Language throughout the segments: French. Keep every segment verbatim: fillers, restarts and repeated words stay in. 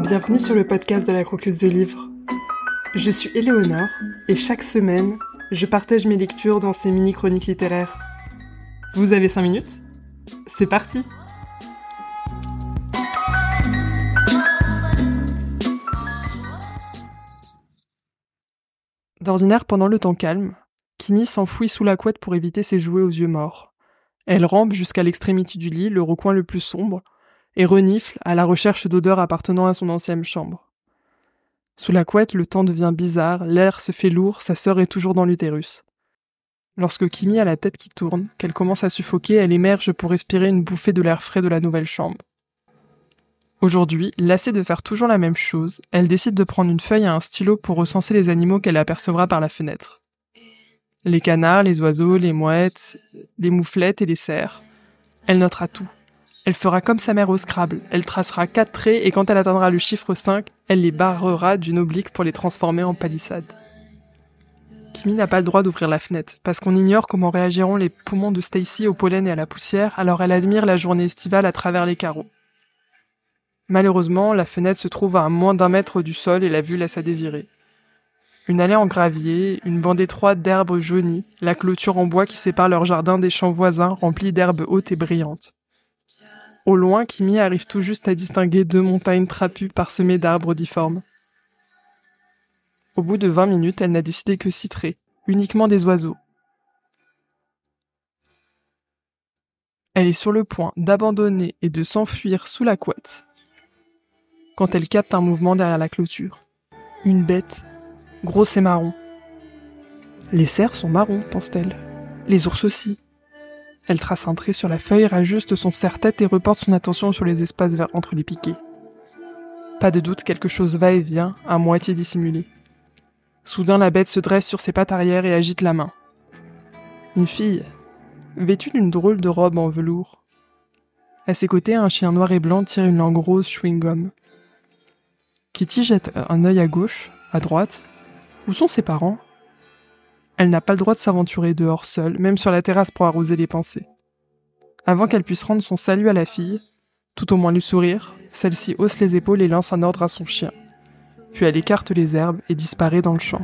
Bienvenue sur le podcast de la Croqueuse de Livres. Je suis Éléonore et chaque semaine, je partage mes lectures dans ces mini-chroniques littéraires. Vous avez cinq minutes ? C'est parti ! D'ordinaire, pendant le temps calme, Kimi s'enfouit sous la couette pour éviter ses jouets aux yeux morts. Elle rampe jusqu'à l'extrémité du lit, le recoin le plus sombre, et renifle à la recherche d'odeurs appartenant à son ancienne chambre. Sous la couette, le temps devient bizarre, l'air se fait lourd, sa sœur est toujours dans l'utérus. Lorsque Kimi a la tête qui tourne, qu'elle commence à suffoquer, elle émerge pour respirer une bouffée de l'air frais de la nouvelle chambre. Aujourd'hui, lassée de faire toujours la même chose, elle décide de prendre une feuille et un stylo pour recenser les animaux qu'elle apercevra par la fenêtre. Les canards, les oiseaux, les mouettes, les mouflettes et les cerfs. Elle notera tout. Elle fera comme sa mère au Scrabble, elle tracera quatre traits et quand elle atteindra le chiffre cinq, elle les barrera d'une oblique pour les transformer en palissades. Kimi n'a pas le droit d'ouvrir la fenêtre, parce qu'on ignore comment réagiront les poumons de Stacy au pollen et à la poussière, alors elle admire la journée estivale à travers les carreaux. Malheureusement, la fenêtre se trouve à moins d'un mètre du sol et la vue laisse à désirer. Une allée en gravier, une bande étroite d'herbes jaunies, la clôture en bois qui sépare leur jardin des champs voisins remplis d'herbes hautes et brillantes. Au loin, Kimi arrive tout juste à distinguer deux montagnes trapues parsemées d'arbres difformes. Au bout de vingt minutes, elle n'a décidé que citrer, uniquement des oiseaux. Elle est sur le point d'abandonner et de s'enfuir sous la couette, quand elle capte un mouvement derrière la clôture. Une bête, grosse et marron. Les cerfs sont marrons, pense-t-elle. Les ours aussi. Elle trace un trait sur la feuille, rajuste son serre-tête et reporte son attention sur les espaces verts entre les piquets. Pas de doute, quelque chose va et vient, à moitié dissimulé. Soudain, la bête se dresse sur ses pattes arrière et agite la main. Une fille, vêtue d'une drôle de robe en velours. À ses côtés, un chien noir et blanc tire une langue rose chewing-gum. Kitty jette un œil à gauche, à droite. Où sont ses parents ? Elle n'a pas le droit de s'aventurer dehors seule, même sur la terrasse pour arroser les pensées. Avant qu'elle puisse rendre son salut à la fille, tout au moins lui sourire, celle-ci hausse les épaules et lance un ordre à son chien. Puis elle écarte les herbes et disparaît dans le champ.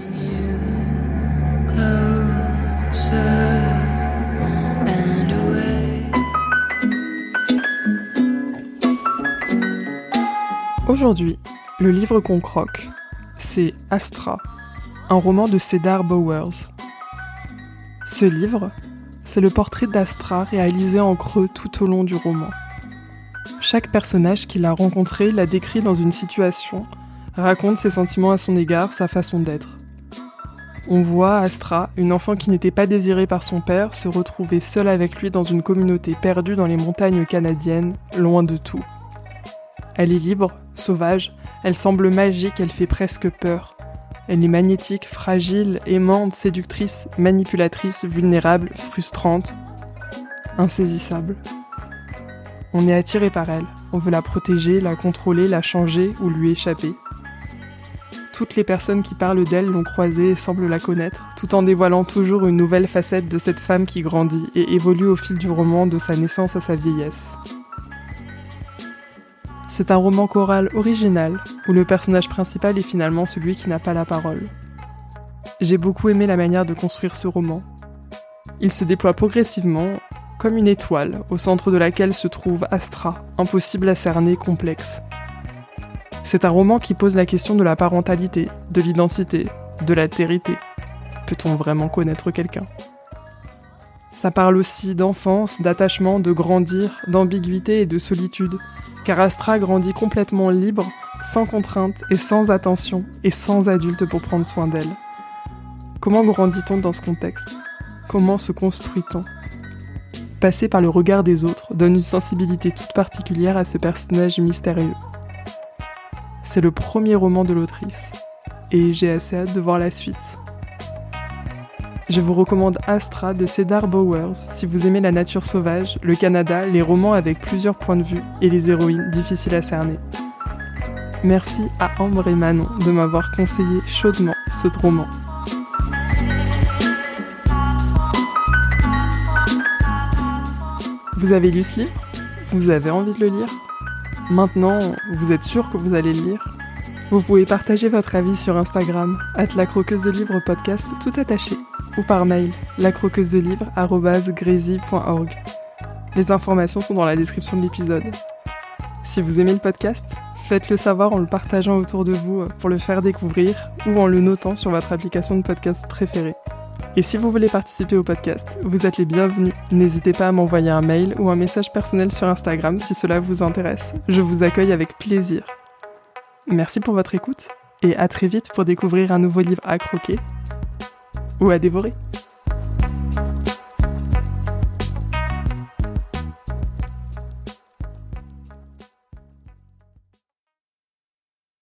Aujourd'hui, le livre qu'on croque, c'est Astra, un roman de Cedar Bowers. Ce livre, c'est le portrait d'Astra réalisé en creux tout au long du roman. Chaque personnage qu'il a rencontré l'a décrit dans une situation, raconte ses sentiments à son égard, sa façon d'être. On voit Astra, une enfant qui n'était pas désirée par son père, se retrouver seule avec lui dans une communauté perdue dans les montagnes canadiennes, loin de tout. Elle est libre, sauvage, elle semble magique, elle fait presque peur. Elle est magnétique, fragile, aimante, séductrice, manipulatrice, vulnérable, frustrante, insaisissable. On est attiré par elle, on veut la protéger, la contrôler, la changer ou lui échapper. Toutes les personnes qui parlent d'elle l'ont croisée et semblent la connaître, tout en dévoilant toujours une nouvelle facette de cette femme qui grandit et évolue au fil du roman de sa naissance à sa vieillesse. C'est un roman choral original, où le personnage principal est finalement celui qui n'a pas la parole. J'ai beaucoup aimé la manière de construire ce roman. Il se déploie progressivement, comme une étoile, au centre de laquelle se trouve Astra, impossible à cerner, complexe. C'est un roman qui pose la question de la parentalité, de l'identité, de l'altérité. Peut-on vraiment connaître quelqu'un ? Ça parle aussi d'enfance, d'attachement, de grandir, d'ambiguïté et de solitude, car Astra grandit complètement libre, sans contrainte et sans attention, et sans adulte pour prendre soin d'elle. Comment grandit-on dans ce contexte ? Comment se construit-on ? Passer par le regard des autres donne une sensibilité toute particulière à ce personnage mystérieux. C'est le premier roman de l'autrice, et j'ai assez hâte de voir la suite. Je vous recommande Astra de Cedar Bowers si vous aimez la nature sauvage, le Canada, les romans avec plusieurs points de vue et les héroïnes difficiles à cerner. Merci à Ambre et Manon de m'avoir conseillé chaudement ce roman. Vous avez lu ce livre ? Vous avez envie de le lire ? Maintenant, vous êtes sûr que vous allez le lire? Vous pouvez partager votre avis sur Instagram, arobase la croqueuse de livres podcast tout attaché, ou par mail, lacroqueusedelivres arobase grésy point org. Les informations sont dans la description de l'épisode. Si vous aimez le podcast, faites-le savoir en le partageant autour de vous pour le faire découvrir ou en le notant sur votre application de podcast préférée. Et si vous voulez participer au podcast, vous êtes les bienvenus. N'hésitez pas à m'envoyer un mail ou un message personnel sur Instagram si cela vous intéresse. Je vous accueille avec plaisir. Merci pour votre écoute et à très vite pour découvrir un nouveau livre à croquer ou à dévorer.